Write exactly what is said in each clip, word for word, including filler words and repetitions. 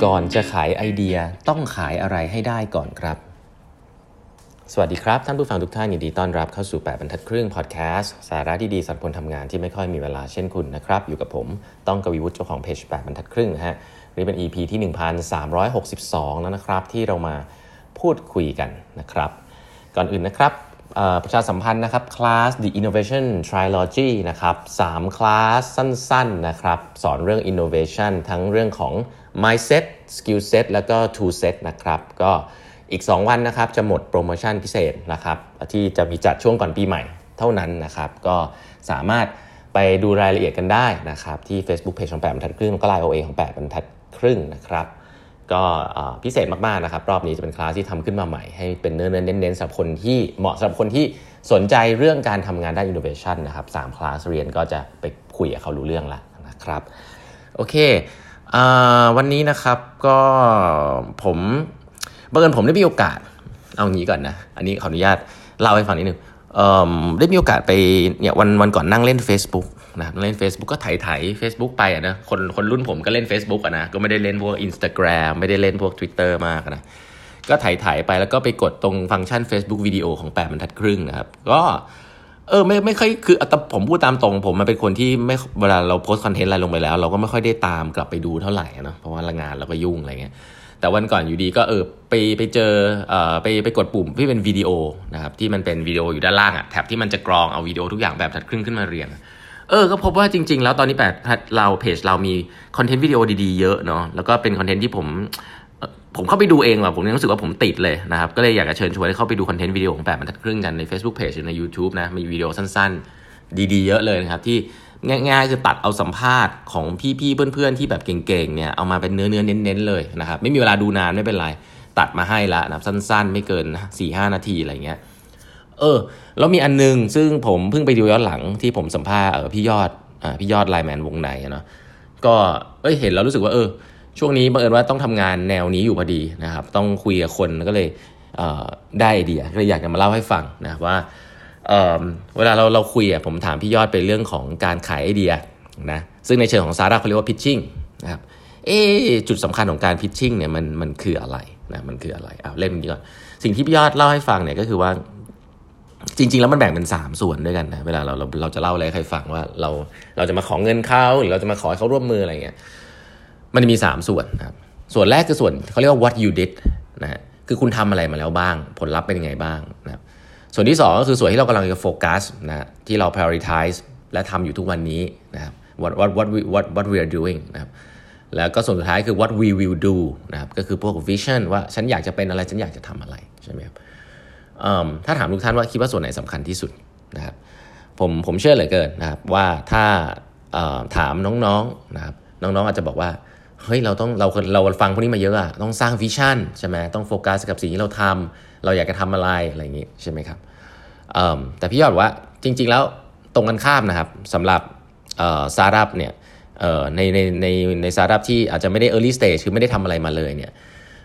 ก่อนจะขายไอเดียต้องขายอะไรให้ได้ก่อนครับสวัสดีครับท่านผู้ฟังทุกท่านยินดีต้อนรับเข้าสู่แปดบรรทัดครึ่งพอดแคสต์สาระดีๆสำหรับคนทำงานที่ไม่ค่อยมีเวลาเช่นคุณนะครับอยู่กับผมต้องกวีวุฒิเจ้าของเพจแปดบรรทัดครึ่งฮะนี่เป็น อี พี ที่ หนึ่งพันสามร้อยหกสิบสอง แล้วนะครับที่เรามาพูดคุยกันนะครับก่อนอื่นนะครับประชาสัมพันธ์นะครับคลาส The Innovation Trilogy นะครับสามคลาสสั้นๆนะครับสอนเรื่อง innovation ทั้งเรื่องของ mindset skill set แล้วก็ tool set นะครับก็อีกสองวันนะครับจะหมดโปรโมชั่นพิเศษนะครับที่จะมีจัดช่วงก่อนปีใหม่เท่านั้นนะครับก็สามารถไปดูรายละเอียดกันได้นะครับที่ Facebook Page ของแปดบรรทัดครึ่งแล้วก็ ไลน์ โอ เอ ของแปดบรรทัดครึ่งนะครับก็พิเศษมากๆนะครับรอบนี้จะเป็นคลาสที่ทำขึ้นมาใหม่ให้เป็นเนื้อเน้นๆสำหรับคนที่เหมาะสำหรับคนที่สนใจเรื่องการทำงานด้าน innovation นะครับสามคลาสเรียนก็จะไปคุยกับเขารู้เรื่องละนะครับโอเควันนี้นะครับก็ผมบังเอิญผมได้มีโอกาสเอางี้ก่อนนะอันนี้ขออนุญาตเล่าให้ฟังนิดนึงได้มีโอกาสไปเนี่ยวันวันก่อนนั่งเล่น Facebook นะครับเล่น Facebook ก็ไถๆ Facebook ไปอ่ะนะคนคนรุ่นผมก็เล่น Facebook อ่ะนะก็ไม่ได้เล่นพวก Instagram ไม่ได้เล่นพวก Twitter มากนะก็ไถๆไปแล้วก็ไปกดตรงฟังก์ชัน Facebook วิดีโอของแปดบรรทัดครึ่งนะครับก็เออไม่ไม่ค่อยคือผมพูดตามตรงผมมันเป็นคนที่ไม่เวลาเราโพสต์คอนเทนต์อะไรลงไปแล้วเราก็ไม่ค่อยได้ตามกลับไปดูเท่าไหร่นะเพราะว่างานเราก็ยุ่งอะไรเงี้ยแต่วันก่อนอยู่ดีก็เออไปไปเจอเอ่อไปไปกดปุ่มที่เป็นวิดีโอนะครับที่มันเป็นวิดีโออยู่ด้านล่างอ่ะแท็บที่มันจะกรองเอาวิดีโอทุกอย่างแบบทัดครึ่งขึ้นมาเรียงเออก็พบว่าจริงๆแล้วตอนนี้แปดเราเพจเรามีคอนเทนต์วิดีโอดีๆเยอะเนาะแล้วก็เป็นคอนเทนต์ที่ผมผมเข้าไปดูเองว่ะผมยังรู้สึกว่าผมติดเลยนะครับก็เลยอยากจะเชิญชวนให้เข้าไปดูคอนเทนต์วิดีโอของแปดบรรทัดครึ่งกันใน Facebook Page หรือใน YouTube นะมีวิดีโอสั้นๆดีๆเยอะเลยนะครับที่ง่ายๆคือตัดเอาสัมภาษณ์ของพี่ๆเพื่อนๆที่แบบเก่งๆเนี่ยเอามาเป็นเนื้อๆเน้นๆเลยนะครับไม่มีเวลาดูนานไม่เป็นไรตัดมาให้ละนะสั้นๆไม่เกิน สี่ถึงห้า นาทีอะไรเงี้ยเออแล้วมีอันนึงซึ่งผมเพิ่งไปดูย้อนหลังที่ผมสัมภาษณ์เออพี่ยอดอ่าพี่ยอดไลน์แมนวงในเนาะก็เอ้ยเห็นแล้วรู้สึกว่าเออช่วงนี้บังเอิญว่าต้องทำงานแนวนี้อยู่พอดีนะครับต้องคุยกับคนก็เลยเอ่อได้ไอเดียก็เลยอยากจะมาเล่าให้ฟังนะว่าเอ่อเวลาเราเราคุยอ่ะผมถามพี่ยอดไปเรื่องของการขายไอเดียนะซึ่งในเชิงของสตาร์ทอัพเขาเรียกว่า pitching นะครับเอ๊ะจุดสำคัญของการ pitching เนี่ยมันมันคืออะไรนะมันคืออะไรอ่ะเล่นนี้ก่อนสิ่งที่พี่ยอดเล่าให้ฟังเนี่ยก็คือว่าจริงๆแล้วมันแบ่งเป็นสามส่วนด้วยกันนะเวลาเราเราเราจะเล่าอะไรให้ใครฟังว่าเราเราจะมาขอเงินเขาหรือเราจะมาขอให้เขาร่วมมืออะไรเงี้ยมันมีสามส่วนนะครับส่วนแรกคือส่วนเขาเรียกว่า what you did นะฮะคือคุณทำอะไรมาแล้วบ้างผลลัพธ์เป็นยังไงบ้างนะครับส่วนที่สองก็คือส่วนที่เรากำลังจะโฟกัสนะที่เรา prioritize และทำอยู่ทุกวันนี้นะครับ what what what we what what we are doing นะครับแล้วก็ส่วนสุดท้ายคือ what we will do นะครับก็คือพวก vision ว่าฉันอยากจะเป็นอะไรฉันอยากจะทำอะไรใช่ไหมครับถ้าถามทุกท่านว่าคิดว่าส่วนไหนสำคัญที่สุดนะครับผมผมเชื่อเหลือเกินนะครับว่าถ้าถามน้องๆนะครับน้องๆอาจจะบอกว่าเฮ้ยเราต้องเราเราฟังพวกนี้มาเยอะอะต้องสร้างวิชั่นใช่ไหมต้องโฟกัสกับสิ่งที่เราทำเราอยากจะทำอะไรอะไรอย่างนี้ใช่ไหมครับแต่พี่ยอดว่าจริงๆแล้วตรงกันข้ามนะครับสำหรับสตาร์ทอัพเนี่ยในในในในสตาร์ทอัพที่อาจจะไม่ได้ early stage คือไม่ได้ทำอะไรมาเลยเนี่ย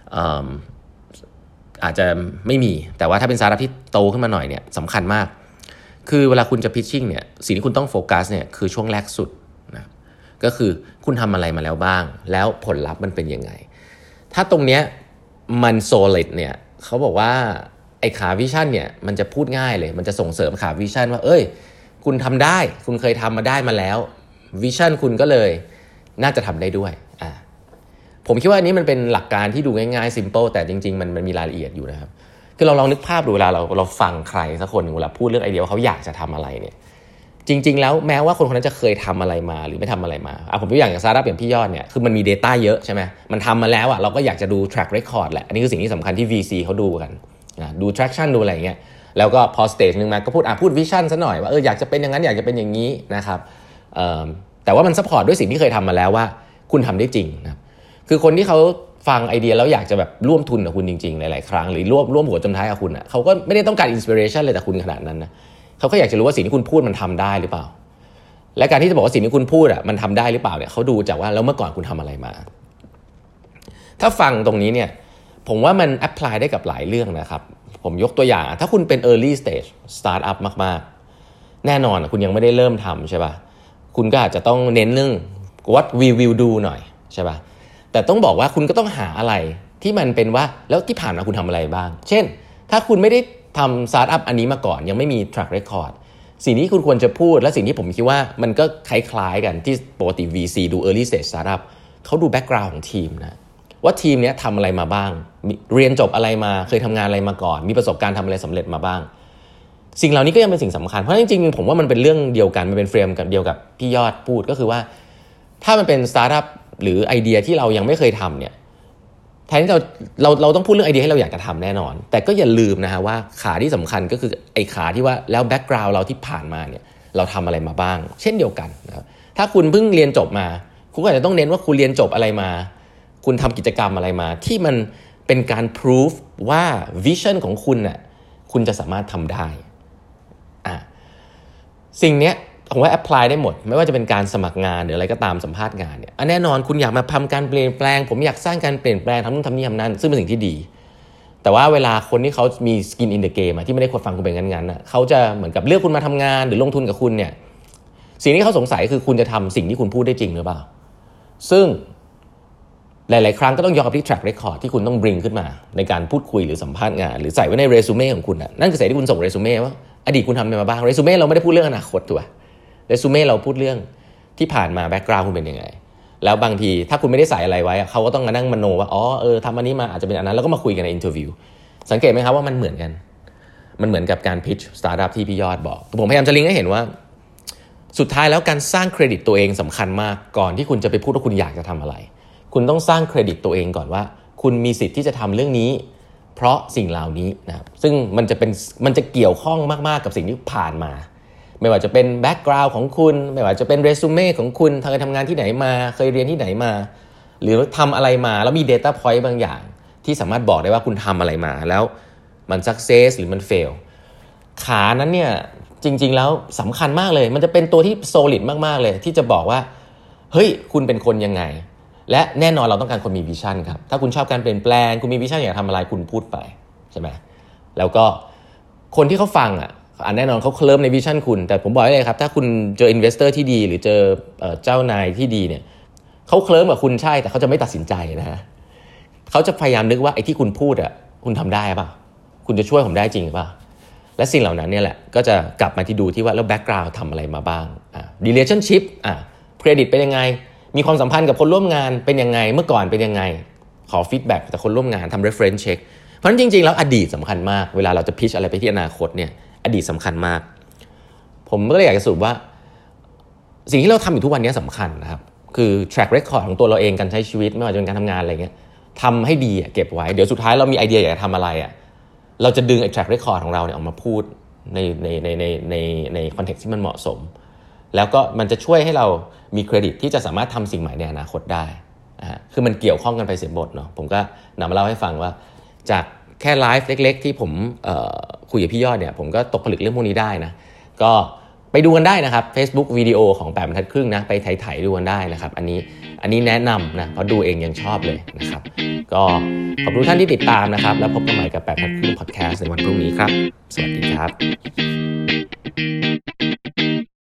อาจจะไม่มีแต่ว่าถ้าเป็นสตาร์ทอัพที่โตขึ้นมาหน่อยเนี่ยสำคัญมากคือเวลาคุณจะ pitching เนี่ยสิ่งที่คุณต้องโฟกัสเนี่ยคือช่วงแรกสุดนะก็คือคุณทำอะไรมาแล้วบ้างแล้วผลลัพธ์มันเป็นยังไงถ้าตรงเนี้ยมัน solid เนี่ยเขาบอกว่าไอ้ขาวิชั่นเนี่ยมันจะพูดง่ายเลยมันจะส่งเสริมขาวิชั่นว่าเอ้ยคุณทำได้คุณเคยทำมาได้มาแล้ววิชั่นคุณก็เลยน่าจะทำได้ด้วยอ่าผมคิดว่าอันนี้มันเป็นหลักการที่ดูง่ายๆ simple แต่จริงๆมันมันมีรายละเอียดอยู่นะครับคือเราลองนึกภาพดูเวลาเราเราฟังใครสักคนนึงเวลาพูดเรื่องไอเดียว่าเขาอยากจะทำอะไรเนี่ยจริงๆแล้วแม้ว่าคนคนนั้นจะเคยทำอะไรมาหรือไม่ทำอะไรมาอ่ะผมตัวอย่างอย่างสตาร์ทอัพอย่างพี่ยอดเนี่ยคือมันมี data เยอะใช่ไหมมันทำมาแล้วอ่ะเราก็อยากจะดู track record แหละอันนี้คือสิ่งที่สำคัญที่ วี ซี เขาดูกันนะดู traction ดูอะไรอย่างเงี้ยแล้วก็พอ stage นึงมาก็พูดอ่ะพูด vision ซะหน่อยว่าเอออยากจะเป็นอย่างนั้นอยากจะเป็นอย่างนี้นะครับเอ่อแต่ว่ามัน support ด้วยสิ่งที่เคยทำมาแล้วว่าคุณทำได้จริงนะคือคนที่เขาฟังไอเดียแล้วอยากจะแบบร่วมทุนกับคุณจริงๆหลายๆครั้งหรือร่วมร่วมหัวจมท้ายกับคุณอ่ะเขาก็ไม่ได้ต้องการ inspiration เลยจากคุณขนาดนั้นนะเขาก็อยากจะรู้ว่าสิ่งที่คุณพูดมันทำได้หรือเปล่าและการที่จะบอกว่าสิ่งที่คุณพูดอ่ะมันทำได้หรือเปล่าเนี่ยเขาดูจากว่าแล้วเมื่อก่อนคุณทำอะไรมาถ้าฟังตรงนี้เนี่ยผมว่ามัน apply ได้กับหลายเรื่องนะครับผมยกตัวอย่างถ้าคุณเป็น early stage startup มากๆแน่นอนคุณยังไม่ได้เริ่มทำใช่ป่ะคุณก็อาจจะต้องเน้นเรื่อง what we will do หน่อยใช่ป่ะแแต่ต้องบอกว่าคุณก็ต้องหาอะไรที่มันเป็นว่าแล้วที่ผ่านมาคุณทำอะไรบ้างเช่นถ้าคุณไม่ได้ทำสตาร์ทอัพอันนี้มาก่อนยังไม่มี track record สิ่งที่คุณควรจะพูดและสิ่งที่ผมคิดว่ามันก็คล้ายๆกันที่ปกติ วี ซี ดู early stage startup เขาดู background ของทีมนะว่าทีมนี้ทำอะไรมาบ้างเรียนจบอะไรมาเคยทำงานอะไรมาก่อนมีประสบการณ์ทำอะไรสำเร็จมาบ้างสิ่งเหล่านี้ก็ยังเป็นสิ่งสำคัญเพราะจริงๆผมว่ามันเป็นเรื่องเดียวกันมันเป็นเฟรมกับเดียวกับที่ยอดพูดก็คือว่าถ้ามันเป็นสตาร์ทอัพหรือไอเดียที่เรายังไม่เคยทำเนี่ยแทนที่เราเราเราต้องพูดเรื่องไอเดียให้เราอยากจะทำแน่นอนแต่ก็อย่าลืมนะฮะว่าขาที่สำคัญก็คือไอ้ขาที่ว่าแล้วแบ็กกราวด์เราที่ผ่านมาเนี่ยเราทำอะไรมาบ้างเช่นเดียวกันนะครับถ้าคุณเพิ่งเรียนจบมาคุณก็อาจจะต้องเน้นว่าคุณเรียนจบอะไรมาคุณทำกิจกรรมอะไรมาที่มันเป็นการพิสูจว่าวิชั่นของคุณน่ะคุณจะสามารถทำได้อ่ะสิ่งเนี้ยผมว่าแอพพลายได้หมดไม่ว่าจะเป็นการสมัครงานหรืออะไรก็ตามสัมภาษณ์งานเนี่ยแน่นอนคุณอยากมาทำการเปลี่ยนแปลงผมอยากสร้างการเปลี่ยนแปลงทำนู่นทำนี่ทำนั่นซึ่งเป็นสิ่งที่ดีแต่ว่าเวลาคนที่เขามี skin in the game ที่ไม่ได้คนฟังคุณเป็นงั้นๆน่ะเขาจะเหมือนกับเลือกคุณมาทำงานหรือลงทุนกับคุณเนี่ยสิ่งที่เขาสงสัยคือคุณจะทำสิ่งที่คุณพูดได้จริงหรือเปล่าซึ่งหลายๆครั้งก็ต้องยอมรับที่ track record ที่คุณต้อง bring ขึ้นมาในการพูดคุยหรือสัมภาษณ์งานหรือใส่ไว้ในเรซูเม่ของคุณน่ะนั่นคือสิ่งที่คุณส่งเรซูเม่ว่าอดีตคุณทำอะไรมาบ้างเรซูเม่เราไม่ได้พูดเรื่องอนาคตถูกป่ะเรซูเม่เราพูดเรื่องที่ผ่านมาแบ็กกราวด์คุณเป็นยังไงแล้วบางทีถ้าคุณไม่ได้ใส่อะไรไว้เขาก็ต้องมานั่งมโนว่าอ๋อเออทำอันนี้มาอาจจะเป็นอันนั้นแล้วก็มาคุยกันในอินเทอร์วิวสังเกตไหมครับว่ามันเหมือนกันมันเหมือนกับการพิชสตาร์ทอัพที่พี่ยอดบอกผมพยายามจะลิงก์ให้เห็นว่าสุดท้ายแล้วการสร้างเครดิตตัวเองสำคัญมากก่อนที่คุณจะไปพูดว่าคุณอยากจะทำอะไรคุณต้องสร้างเครดิตตัวเองก่อนว่าคุณมีสิทธิ์ที่จะทำเรื่องนี้เพราะสิ่งเหล่านี้นะครับซึ่งมันจะเป็นมันจะเกี่ยวข้องมากๆกับสิ่งที่ผ่านมาไม่ว่าจะเป็นแบ็กกราวด์ของคุณไม่ว่าจะเป็นเรซูเม่ของคุณเคยทำงานที่ไหนมาเคยเรียนที่ไหนมาหรือทำอะไรมาแล้วมี data point บางอย่างที่สามารถบอกได้ว่าคุณทำอะไรมาแล้วมัน success หรือมัน fail ขานั้นเนี่ยจริงๆแล้วสำคัญมากเลยมันจะเป็นตัวที่ solid มากๆเลยที่จะบอกว่าเฮ้ยคุณเป็นคนยังไงและแน่นอนเราต้องการคนมีวิชั่นครับถ้าคุณชอบการเปลี่ยนแปลงคุณมีวิชั่นอยากทำอะไรคุณพูดไปใช่ไหมแล้วก็คนที่เขาฟังอ่ะอันแน่นอนเขาเคลิ้มในวิชั่นคุณแต่ผมบอกเลยครับถ้าคุณเจออินเวสเตอร์ที่ดีหรือเจอเจ้านายที่ดีเนี่ยเขาเคลิ้มกับคุณใช่แต่เขาจะไม่ตัดสินใจนะฮะเขาจะพยายามนึกว่าไอ้ที่คุณพูดอ่ะคุณทำได้ป่ะคุณจะช่วยผมได้จริงป่ะและสิ่งเหล่านั้นเนี่ยแหละก็จะกลับมาที่ดูที่ว่าแล้วแบ็กกราวด์ทำอะไรมาบ้างอ่ะ relationship อ่ะเครดิตเป็นยังไงมีความสัมพันธ์กับคนร่วมงานเป็นยังไงเมื่อก่อนเป็นยังไงขอฟีดแบ็กจากคนร่วมงานทำ reference check เพราะฉะนั้นจริงๆแล้วอดีตสำคัญมากเวลาเราจะพิชอะไรไปที่อนาคตเนี่ยอดีตสำคัญมากผมก็เลยอยากจะสรุปว่าสิ่งที่เราทำอยู่ทุกวันนี้สำคัญนะครับคือ track record ของตัวเราเองการใช้ชีวิตไม่ว่าจะเป็นการทำงานอะไรเงี้ยทำให้ดีเก็บไว้เดี๋ยวสุดท้ายเรามีไอเดียอยากจะทำอะไรอ่ะเราจะดึงไอ้ track record ของเราเนี่ยออกมาพูดในในในในในในคอนเท็กซ์ที่มันเหมาะสมแล้วก็มันจะช่วยให้เรามีเครดิตที่จะสามารถทำสิ่งใหม่ในอนาคตได้นะฮะคือมันเกี่ยวข้องกันไปเสียหมดเนาะผมก็นำมาเล่าให้ฟังว่าจากแค่ไลฟ์เล็กๆที่ผมเอ่อคุยกับพี่ยอดเนี่ยผมก็ตกผลึกเรื่องพวกนี้ได้นะก็ไปดูกันได้นะครับ Facebook วิดีโอของแปดบรรทัดครึ่งนะไปไถๆดูกันได้นะครับอันนี้อันนี้แนะนำนะเพราะดูเองยังชอบเลยนะครับก็ขอบคุณท่านที่ติดตามนะครับแล้วพบกันใหม่กับแปดบรรทัดครึ่งพอดแคสต์ในวันพรุ่งนี้ครับสวัสดีครับ